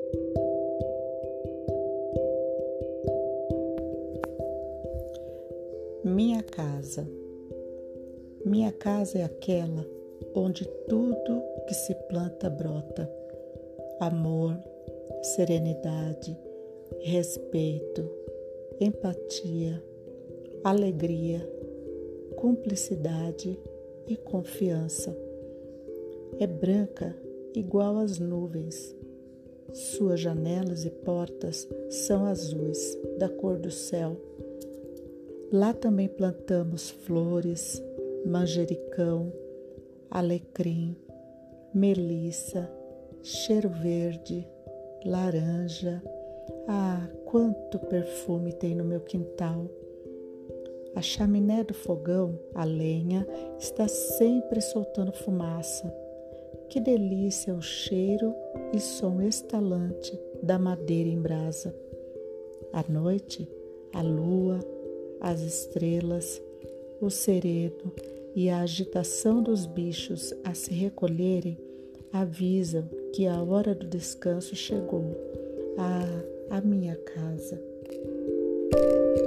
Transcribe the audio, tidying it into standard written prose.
Minha casa. Minha casa é aquela onde tudo que se planta brota. Amor, serenidade, respeito, empatia, alegria, cumplicidade e confiança. É branca igual às nuvens. Suas janelas e portas são azuis, da cor do céu. Lá também plantamos flores, manjericão, alecrim, melissa, cheiro verde, laranja. Ah, quanto perfume tem no meu quintal! A chaminé do fogão, a lenha, está sempre soltando fumaça. Que delícia o cheiro e som estalante da madeira em brasa. À noite, a lua, as estrelas, o sereno e a agitação dos bichos a se recolherem avisam que a hora do descanso chegou. Ah, a minha casa.